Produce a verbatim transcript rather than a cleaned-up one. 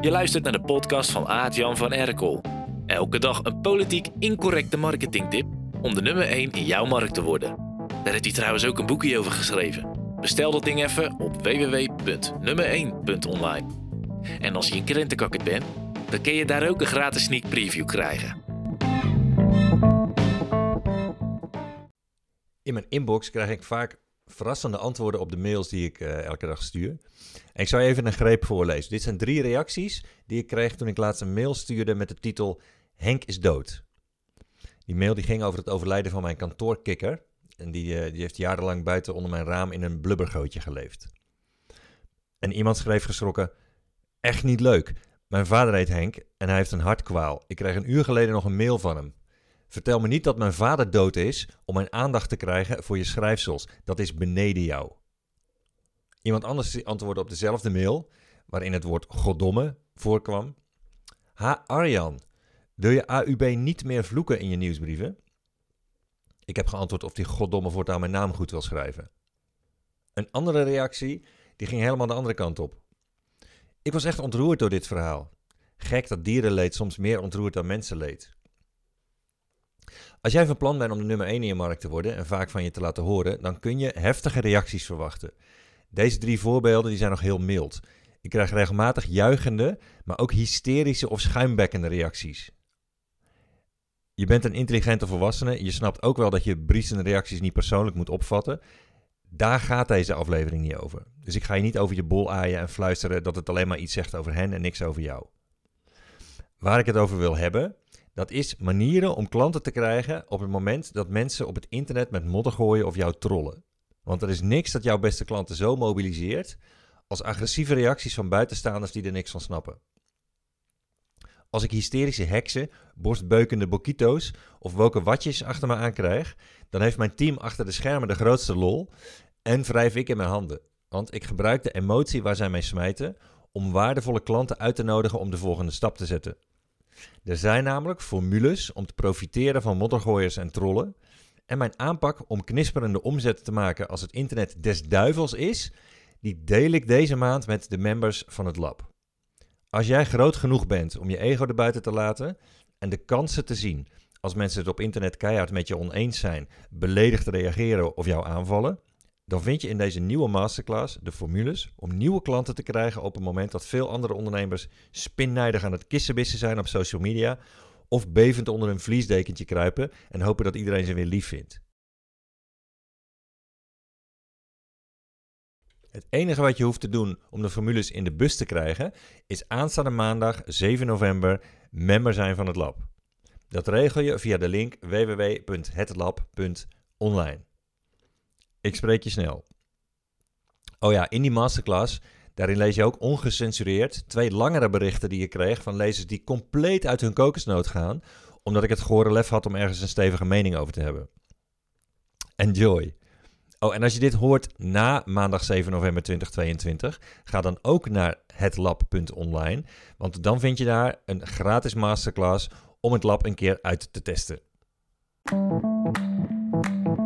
Je luistert naar de podcast van Aart-Jan van Erkel. Elke dag een politiek incorrecte marketingtip om de nummer één in jouw markt te worden. Daar heeft hij trouwens ook een boekje over geschreven. Bestel dat ding even op w w w punt nummer één punt online. En als je een krentenkakker bent, dan kun je daar ook een gratis sneak preview krijgen. In mijn inbox krijg ik vaak verrassende antwoorden op de mails die ik uh, elke dag stuur. En ik zal je even een greep voorlezen. Dit zijn drie reacties die ik kreeg toen ik laatst een mail stuurde met de titel Henk is dood. Die mail die ging over het overlijden van mijn kantoorkikker. En die, uh, die heeft jarenlang buiten onder mijn raam in een blubbergootje geleefd. En iemand schreef geschrokken: echt niet leuk. Mijn vader heet Henk en hij heeft een hartkwaal. Ik kreeg een uur geleden nog een mail van hem. Vertel me niet dat mijn vader dood is om mijn aandacht te krijgen voor je schrijfsels. Dat is beneden jou. Iemand anders antwoordde op dezelfde mail, waarin het woord goddomme voorkwam. Ha, Arjan, wil je A U B niet meer vloeken in je nieuwsbrieven? Ik heb geantwoord of die goddomme voortaan mijn naam goed wil schrijven. Een andere reactie, die ging helemaal de andere kant op. Ik was echt ontroerd door dit verhaal. Gek dat dierenleed soms meer ontroert dan mensenleed. Als jij van plan bent om de nummer één in je markt te worden en vaak van je te laten horen, dan kun je heftige reacties verwachten. Deze drie voorbeelden die zijn nog heel mild. Ik krijg regelmatig juichende, maar ook hysterische of schuimbekkende reacties. Je bent een intelligente volwassene, je snapt ook wel dat je briesende reacties niet persoonlijk moet opvatten. Daar gaat deze aflevering niet over. Dus ik ga je niet over je bol aaien en fluisteren dat het alleen maar iets zegt over hen en niks over jou. Waar ik het over wil hebben, dat is manieren om klanten te krijgen op het moment dat mensen op het internet met modder gooien of jou trollen. Want er is niks dat jouw beste klanten zo mobiliseert als agressieve reacties van buitenstaanders die er niks van snappen. Als ik hysterische heksen, borstbeukende boquito's of woke watjes achter me aankrijg, dan heeft mijn team achter de schermen de grootste lol en wrijf ik in mijn handen. Want ik gebruik de emotie waar zij mij smijten om waardevolle klanten uit te nodigen om de volgende stap te zetten. Er zijn namelijk formules om te profiteren van moddergooiers en trollen. En mijn aanpak om knisperende omzet te maken als het internet des duivels is, die deel ik deze maand met de members van het lab. Als jij groot genoeg bent om je ego erbuiten te laten en de kansen te zien als mensen het op internet keihard met je oneens zijn, beledigd reageren of jou aanvallen, dan vind je in deze nieuwe masterclass de formules om nieuwe klanten te krijgen op het moment dat veel andere ondernemers spinnijdig aan het kissenbissen zijn op social media of bevend onder een vliesdekentje kruipen en hopen dat iedereen ze weer lief vindt. Het enige wat je hoeft te doen om de formules in de bus te krijgen is aanstaande maandag zeven november member zijn van het lab. Dat regel je via de link w w w punt het lab punt online. Ik spreek je snel. Oh ja, in die masterclass, daarin lees je ook ongecensureerd twee langere berichten die je kreeg van lezers die compleet uit hun kokosnoot gaan, omdat ik het gore lef had om ergens een stevige mening over te hebben. Enjoy. Oh, en als je dit hoort na maandag zeven november tweeduizend tweeëntwintig, ga dan ook naar het lab punt online, want dan vind je daar een gratis masterclass om het lab een keer uit te testen.